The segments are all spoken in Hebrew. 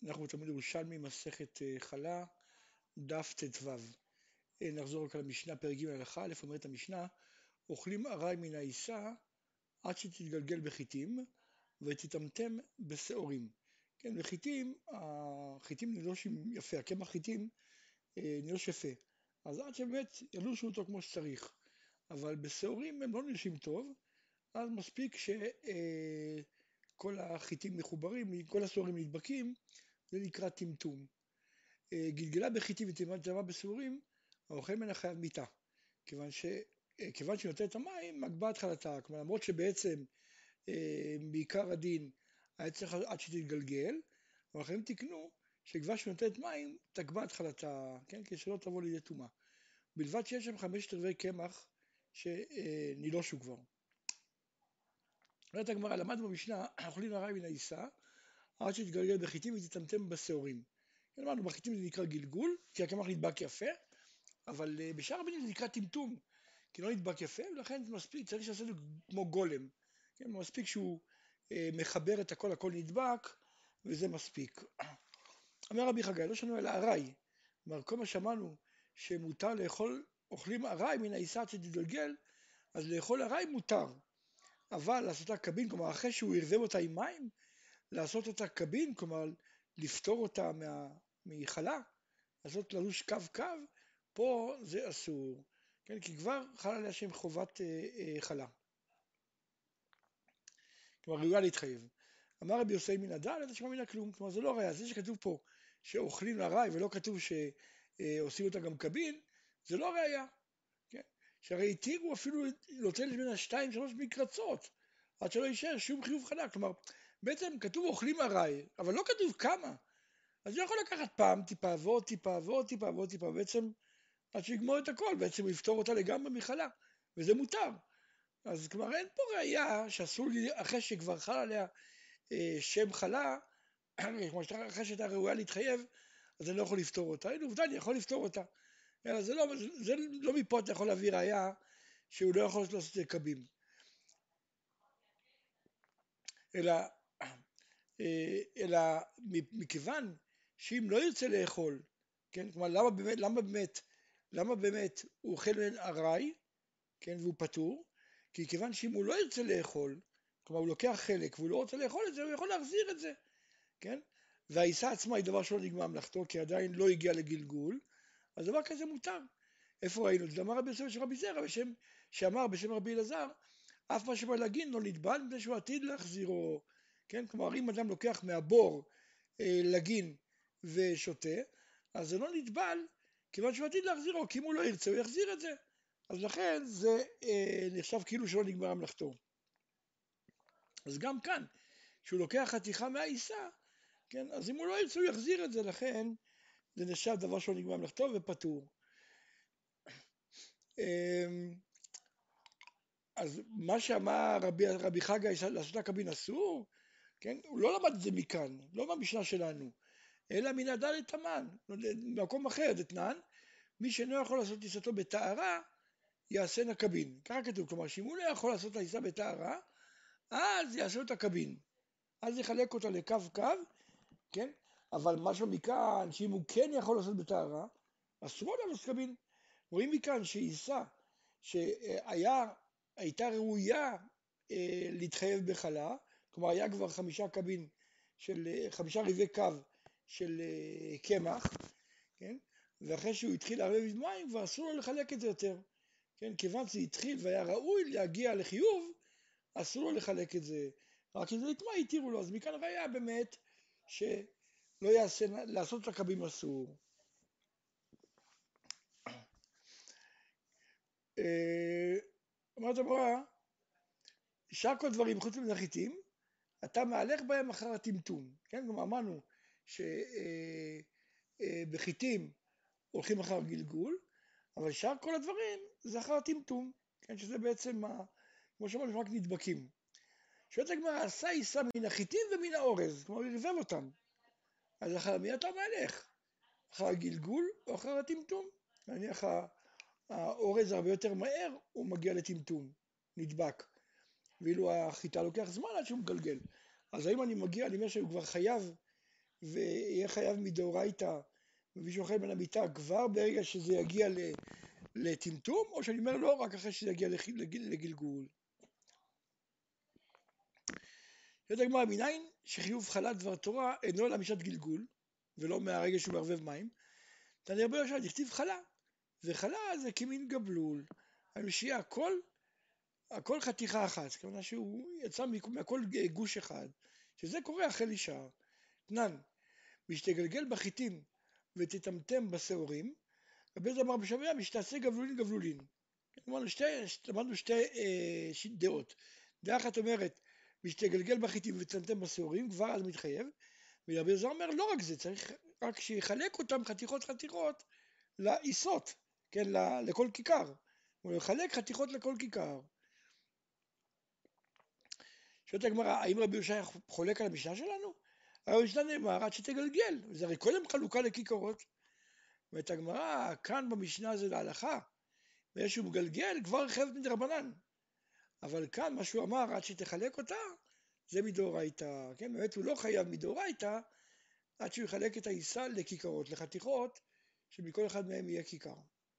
אנחנו בתלמוד ירושלמי, מסכת חלה, דף ט"ו. נחזור רק על המשנה, פרק ג' הלכה א', אומרת המשנה, אוכלים ארעי מן העיסה עד שתתגלגל בחיטים ותטמטם בשעורים. כן, בחיטים, החיטים נלושים יפה, הקמח חיטים נלוש יפה. אז עד שבאמת ילושו אותו כמו שצריך. אבל בשעורים הם לא נלושים טוב, אז מספיק שכל החיטים מחוברים, כל השעורים נדבקים, זה נקרא טמטום. גלגלה בחיטים וטמאה בשעורים, האוכל ממנה חייב מיתה. כיוון שהיא נותנת את המים, מגבה התחלתה. כלומר, למרות שבעצם בעיקר הדין היה צריך עד שתתגלגל, אבל החיים תקנו שכבר שהיא נותנת מים, תגבה התחלתה, כן? כדי שלא תבוא לידי טומאה. בלבד שיש שם 5/4 קמח שנילושו כבר. אומרת הגמרא, למדנו במשנה, אוכלים ארעי מן העיסה, עד שתתגלגל בחיטים ותטמטם בשעורים. אמרנו, בחיטים זה נקרא גלגול, כי הקמח נדבק יפה, אבל בשאר המינים זה נקרא טמטום, כי לא נדבק יפה, ולכן זה מספיק, צריך לעשות את זה כמו גולם. כן, מספיק שהוא מחבר את הכל, הכל נדבק, וזה מספיק. אומר רבי חגי, לא שנו אלא ארעי. כלומר, כל מה שאמרנו שמותר לאכול, אוכלים ארעי מן העיסה שתתגלגל, אז לאכול ארעי מותר. אבל לעשות לה קבין, כלומר, אחרי שהוא ערבב אותה עם מים, לעשות אותה קבין, כלומר, לפתור אותה מחלה, לעשות ללוש קו, פה זה אסור, כן? כי כבר חלה עליה שם חובת חלה. כלומר, ראויה להתחייב. אמר רבי יוסי מן הדל, אתה שמע מן הכלום. כלומר, זה לא ראיה. זה שכתוב פה שאוכלים לארעי ולא כתוב שעושים אותה גם קבין, זה לא ראיה. כן? שהרי התירו אפילו נותן ממנה 2-3 מקרצות, עד שלא יישאר שום חיוב חלה. כלומר, בעצם כתוב אוכלים ארעי, אבל לא כתוב כמה. אז הוא יכול לקחת פעם טיפה ועוד טיפה ועוד טיפה ועוד טיפה, בעצם עד שיגמור את הכל, בעצם הוא יפתור אותה לגמרי מחלה, וזה מותר. אז כלומר אין פה ראייה שאסור לי, אחרי שכבר חל עליה שם חלה, אחרי שהייתה ראויה להתחייב, אז אני לא יכול לפתור אותה. אין עובדה, אני יכול לפתור אותה. זה לא מפה אתה יכול להביא ראייה שהוא לא יכול לעשות קבים. אלא מכיוון שאם לא ירצה לאכול, כן, כלומר למה באמת הוא אוכל מן ארעי, כן, והוא פטור? כי כיוון שאם הוא לא ירצה לאכול, כלומר הוא לוקח חלק והוא לא רוצה לאכול את זה, הוא יכול להחזיר את זה, כן? והעיסה עצמה היא דבר שלא נגמר מלאכתו, כי עדיין לא הגיע לגלגול, אז דבר כזה מותר. איפה ראינו את זה? אמר רבי יוסף של רבי זרע, שאמר בשם רבי אלעזר, אף מה שבא לגין לא נטבל מפני שהוא עתיד להחזירו, כן? כלומר אם אדם לוקח מהבור לגין ושותה, אז זה לא נטבל, כיוון שהוא עתיד להחזירו, כי אם הוא לא ירצה הוא יחזיר את זה. אז לכן זה נחשב כאילו שלא נגמרה מלאכתו. אז גם כאן, כשהוא לוקח חתיכה מהעיסה, כן, אז אם הוא לא ירצה הוא יחזיר את זה, לכן זה נחשב דבר שלא נגמרה מלאכתו ופטור. אז מה שאמר רבי חגי לעשות הקבין אסור, כן, הוא לא למד את זה מכאן, לא מהמשנה שלנו, אלא מן הדלת המן, במקום אחר, דתנן, מי שאינו יכול לעשות טיסתו בטהרה, יעשה נקבין. ככה כתוב, כלומר שאם הוא לא יכול לעשות טיסה בטהרה, אז יעשה אותה קבין. אז יחלק אותה לקו, כן? אבל משהו מכאן, שאם הוא כן יכול לעשות בטהרה, אסור לו לעשות קבין. רואים מכאן שעיסה שהייתה ראויה להתחייב בחלה, כלומר היה כבר 5 קבין, 5 רבעי קו של קמח, כן? ואחרי שהוא התחיל לערבב עם מים, כבר אסור לו לחלק את זה יותר. כן? כיוון שזה התחיל והיה ראוי להגיע לחיוב, אסור לו לחלק את זה. רק אם זה נטמע, התירו לו. אז מכאן ראיה באמת שלא יעשה, לעשות את הקבים אסור. אומרת הבראה, שאר כל דברים חוץ מן החיטים, אתה מהלך בהם אחר הטמטום. כן? כלומר אמרנו שבחיטים הולכים אחר גלגול, אבל שאר כל הדברים זה אחר הטמטום. כן? שזה בעצם, כמו שאמרנו, רק נדבקים. שואלת הגמרא, עשה עיסה מן החיטים ומן האורז, כלומר הוא ערבב אותם. אז אחר מי אתה מהלך? אחר הגלגול או אחר הטמטום? נניח האורז הרבה יותר מהר הוא מגיע לטמטום, נדבק. ואילו החיטה לוקח זמן עד שהוא מגלגל. אז האם אני אומר שהוא כבר חייב ויהיה חייב מדאורייתא, ומישהו אוכל מן המיטה כבר ברגע שזה יגיע לטמטום, או שאני אומר לא, רק אחרי שזה יגיע לגלגול. שואלת הגמרא, מניין שחיוב חלה דבר תורה אינו אלא משעת גלגול, ולא מהרגע שהוא מערבב מים? תניא רבי יהושע דכתיב חלה, וחלה זה כמין גבלול, שיהיה הכל חתיכה אחת, כלומר שהוא יצא מהכל גוש אחד, שזה קורה אחרי לישה. תנן, משתגלגל בחיטים ותטמטם בשעורים, רבי זמר בשביה משתעשה גבלולין גבלולין. למדנו שתי דעות. דעה אחת אומרת, משתגלגל בחיטים ותטמטם בשעורים, כבר אז מתחייב, ורבי זמר אומר, לא רק זה, צריך רק שיחלק אותם חתיכות חתיכות לעיסות, כן, לכל כיכר. הוא מחלק חתיכות לכל כיכר. שואלת הגמרא, האם רבי יהושע חולק על המשנה שלנו? הרי המשנה נאמר עד שתגלגל, זה הרי קודם חלוקה לכיכרות. ואת הגמרא, כאן במשנה זה להלכה, ויש שהוא מגלגל כבר חייבת מדרבנן. אבל כאן מה שהוא אמר עד שתחלק אותה, זה מדאורייתא. כן, באמת הוא לא חייב מדאורייתא, עד שהוא יחלק את העיסה לכיכרות, לחתיכות, שמכל אחד מהם יהיה כיכר.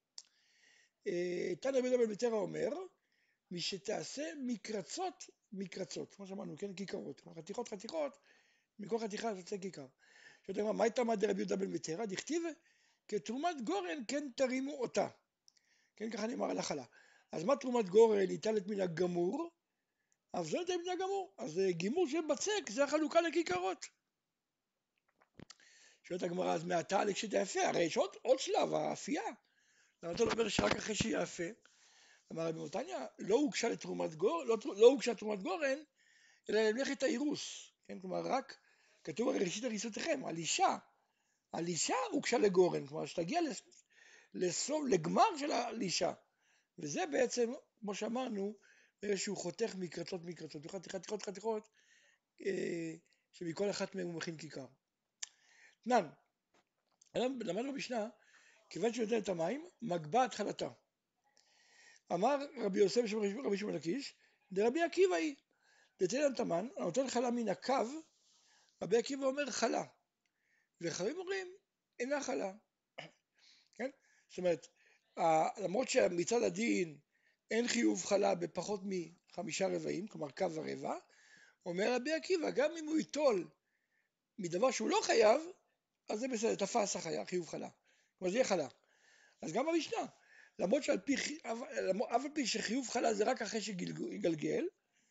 תנא רבי יהודה בן ביתרא אומר, מי שתעשה מקרצות, כמו שאמרנו, כן, כיכרות, חתיכות, מכל חתיכה תעשה כיכר. שאתה אומר, מה הייתה דרבי יהודה בן ביתרא? דכתיב, כתרומת גורן כן תרימו אותה. כן, ככה נאמר על החלה. אז מה תרומת גורן? ניטלת מן הגמור, אבל זה ניטלת מן הגמור. אז גימור של בצק זה החלוקה לכיכרות. שואלת הגמרא, אז מעתה לקשת היפה, הרי יש עוד שלב, האפייה. למה אתה לא אומר שרק אחרי שהיא יפה? אמר רבי מתניא, לא הוגשה תרומת גורן, אלא למלאכת האירוס. כן, כלומר, רק כתוב הרי ראשית הריסותיכם, על אישה הוגשה לגורן, כלומר, שתגיע לגמר של האישה. וזה בעצם, כמו שאמרנו, שהוא חותך מקרצות, חתיכות, שמכל אחת מהם הוא מכין כיכר. תנן, למדנו במשנה, כיוון שנותן את המים, מגבה התחלתה. אמר רבי יוסף רבי שמעון לקיש, דרבי עקיבא היא, דתנן תמן, הנותן חלה מן הקו, רבי עקיבא אומר חלה, וחכמים אומרים, אינה חלה. כן? זאת אומרת, למרות שמצד הדין אין חיוב חלה בפחות מ5/4, כלומר קו ורבע, אומר רבי עקיבא, גם אם הוא ייטול מדבר שהוא לא חייב, אז זה בסדר, תפס חיוב חלה. כלומר זה יהיה חלה. אז גם במשנה, למרות אף על פי שחיוב חלה זה רק אחרי שיגלגל,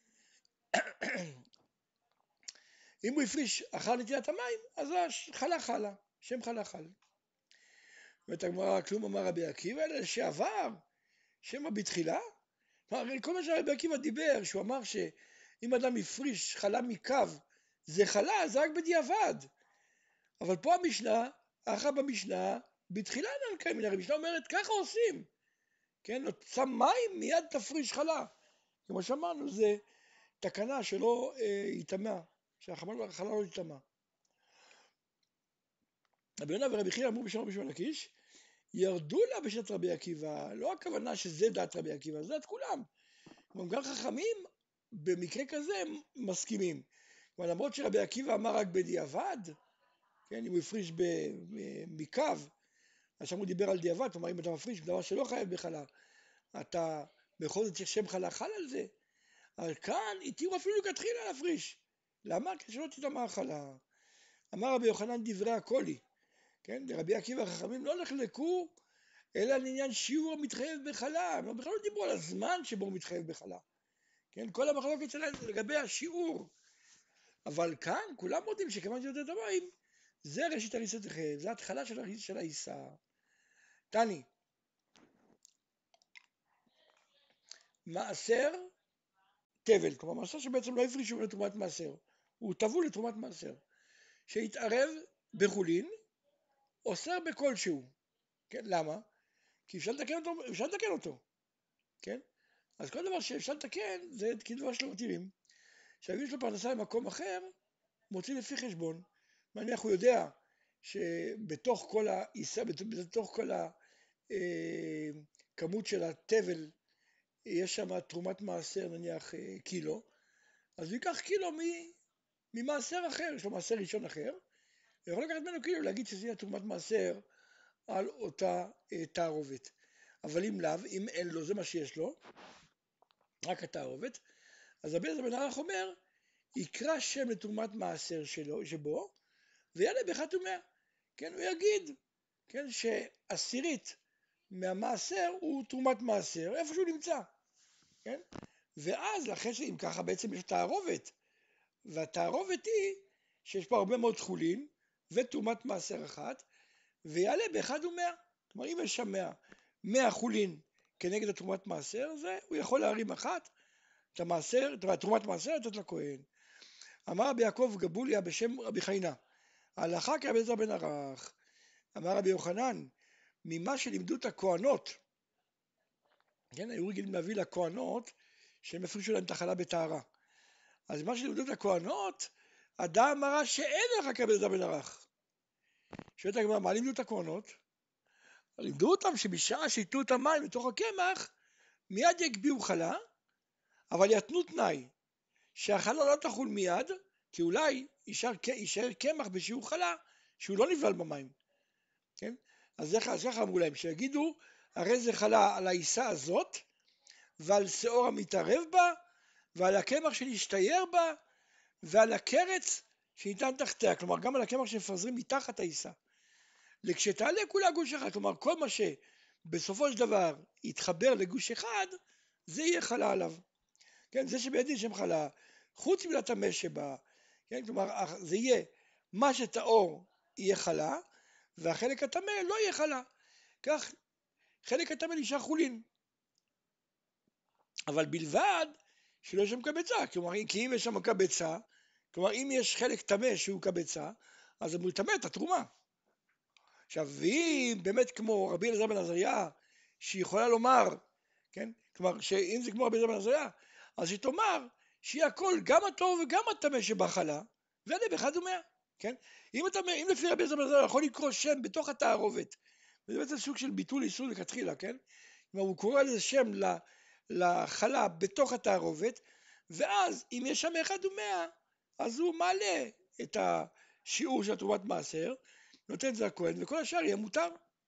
אם הוא הפריש אחר נטילת המים, אז חלה, שם חלה חל. ואת הגמרא, כלום אמר רבי עקיבא, אלא שעבר, שמא בתחילה. כל מה שרבי עקיבא דיבר, שהוא אמר שאם אדם הפריש חלה מקו, זה חלה, זה רק בדיעבד. אבל פה המשנה, אחר במשנה, בתחילה אינן קיימים, המשנה אומרת, ככה עושים. כן, שם מים, מיד תפריש חלה. כמו שאמרנו, זה תקנה שלא יטמע, שהחלה לא יטמע. רבי יונה ורבי חייא אמרו בשם רבי שמעון לקיש, ירדו לה בשנת רבי עקיבא, לא הכוונה שזה דעת רבי עקיבא, זה דעת כולם. גם חכמים במקרה כזה הם מסכימים. למרות שרבי עקיבא אמר רק בדיעבד, כן, אם הוא הפריש מקו, אז שם הוא דיבר על דיעבד, כלומר אם אתה מפריש בדבר שלא חייב בחלה, אתה בכל זאת שם חלה חל על זה. אבל כאן התירו אפילו כתחילה להפריש. למה? כדי שלא תטמע חלה. אמר רבי יוחנן דברי הקולי, כן, לרבי עקיבא החכמים לא נחלקו אלא לעניין שיעור המתחייב בחלה, הם בכלל לא דיברו על הזמן שבו הוא מתחייב בחלה. כן, כל המחלוקת שלהם זה לגבי השיעור. אבל כאן כולם יודעים שכיוון שיותר את המים, זה ראשית הריסותיכם, זה התחלה של העיסה. תני, מעשר תבל, כלומר מעשר שבעצם לא הפרישו לתרומת מעשר, הוא טבול לתרומת מעשר, שהתערב בחולין, אוסר בכלשהו. כן, למה? כי אפשר לתקן אותו, כן? אז כל דבר שאפשר לתקן זה כדבר שלא מתירים. כשהגיש לו פרנסה למקום אחר, מוציא לפי חשבון. נניח הוא יודע שבתוך כל העיסה, בתוך כל הכמות של התבל, יש שם תרומת מעשר נניח קילו, אז הוא ייקח קילו ממעשר אחר, יש לו מעשר ראשון אחר, יכול לקחת ממנו כאילו להגיד שזה יהיה תרומת מעשר על אותה תערובת. אבל אם לאו, אם אין לו, זה מה שיש לו, רק התערובת, אז רבי אליעזר בן ערך אומר, יקרא שם לתרומת מעשר שלו, שבו, ויעלה באחת ומאה. כן, הוא יגיד, כן, שעשירית מהמעשר הוא תרומת מעשר, איפה שהוא נמצא, כן? ואז, לכן שאם ככה בעצם יש תערובת, והתערובת היא שיש פה הרבה מאוד חולין, ותרומת מעשר אחת, ויעלה באחד ומאה. כלומר, אם יש שם 100 חולין כנגד התרומת מעשר, זה הוא יכול להרים אחת, את המעשר, את תרומת מעשר לתת לכהן. אמר רבי יעקב גבוליה בשם רבי חיינה, ההלכה כרבי אליעזר בן ערך. אמר רבי יוחנן, ממה שלימדו את הכהנות, כן, היו רגילים להביא לכהנות שהם הפרישו להם את החלה בטהרה. אז מה שלימדו את הכהנות, אדם אמרה שאין לך כרבי אליעזר בן ערך. שואלת הגמרא, מה לימדו את הכהנות? לימדו אותם שבשעה שיתנו את המים לתוך הקמח, מיד יגביהו חלה, אבל יתנו תנאי, שהחלה לא תחול מיד, כי אולי יישאר קמח בשיעור חלה, שהוא לא נבלל במים. כן? אז ככה אמרו להם, שיגידו, הרי זה חלה על העיסה הזאת, ועל שעור המתערב בה, ועל הקמח שנשתייר בה, ועל הקרץ שניתן תחתיה, כלומר גם על הקמח שמפזרים מתחת העיסה. לכשתעלה כולה גוש אחד, כלומר כל מה שבסופו של דבר יתחבר לגוש אחד, זה יהיה חלה עליו. כן, זה שבידי שם חלה, חוץ מן הטמא שבה, כן, כלומר זה יהיה, מה שטהור יהיה חלה, והחלק הטמא לא יהיה חלה. כך חלק הטמא נשאר חולין. אבל בלבד שלא יש שם קבצה, כלומר כי אם יש שם קבצה, כלומר אם יש חלק טמא שהוא קבצה, אז הוא יטמא את התרומה. עכשיו, ואם באמת כמו רבי אליעזר בן עזריה, שהיא יכולה לומר, כן, כלומר שאם זה כמו רבי אליעזר בן עזריה, אז היא תאמר שיהיה הכל, גם הטוב וגם הטמא שבחלה, ועלה באחד ומאה, כן? אם לפי רבי אליעזר בן עזריה יכול לקרוא שם בתוך התערובת, וזה בעצם סוג של ביטול איסור לכתחילה, כן? כלומר הוא קורא לזה שם לחלה בתוך התערובת, ואז אם יש שם אחד ומאה, אז הוא מעלה את השיעור של תרומת מעשר, נותן את זה לכהן, וכל השאר יהיה מותר.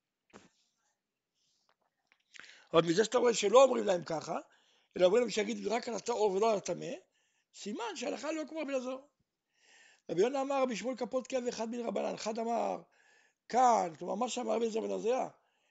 עוד מזה שאתה רואה שלא אומרים להם ככה, אלא אומרים להם שיגיד רק על הטהור ולא על הטמא, סימן שההלכה לא כמו רבי אליעזר. רבי יונה אמר רבי שמואל קפודקיה ואחד מן רבנן, אחד אמר כאן, כלומר מה שאמר רבי אליעזר בן עזריה,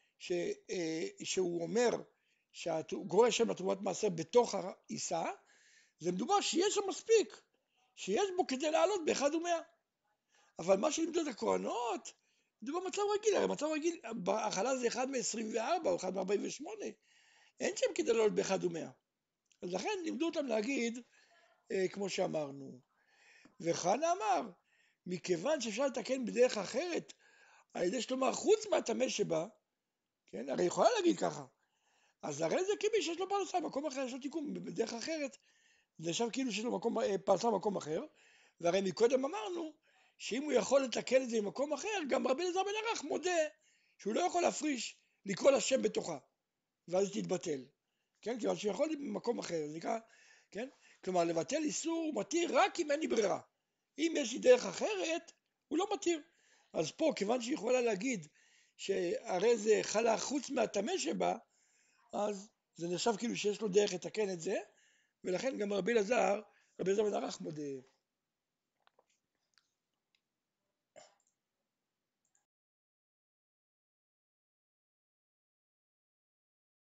שהוא אומר שהוא גורר שם לתרומת מעשר בתוך העיסה, זה מדובר שיש שם מספיק, שיש בו כדי לעלות באחד ומאה. אבל מה שלימדו את הכהנות, זה במצב רגיל, הרי מצב רגיל, ההחלה זה 1 מ-24 או 1 מ-48, אין שם כדי לעלות באחד ומאה. אז לכן לימדו אותם להגיד, כמו שאמרנו. וחנה אמר, מכיוון שאפשר לתקן בדרך אחרת, על ידי שתאמר חוץ מהטמא שבה, כן, הרי יכולה להגיד ככה, אז הרי זה כמי שיש לו פרנסה במקום אחר, יש לו תיקון בדרך אחרת, זה נחשב כאילו שיש לו פרנסה במקום אחר, והרי מקודם אמרנו, שאם הוא יכול לתקן את זה במקום אחר, גם רבי אליעזר בן ערך מודה שהוא לא יכול להפריש, לקרוא לה שם בתוכה, ואז היא תתבטל. כן? כיוון שהוא יכול במקום אחר, זה נקרא, כן? כלומר, לבטל איסור הוא מתיר רק אם אין לי ברירה. אם יש לי דרך אחרת, הוא לא מתיר. אז פה, כיוון שהיא יכולה להגיד שהרי זה חלה חוץ מהטמא שבה, אז זה נחשב כאילו שיש לו דרך לתקן את זה, ולכן גם רבי אליעזר בן ערך מודה.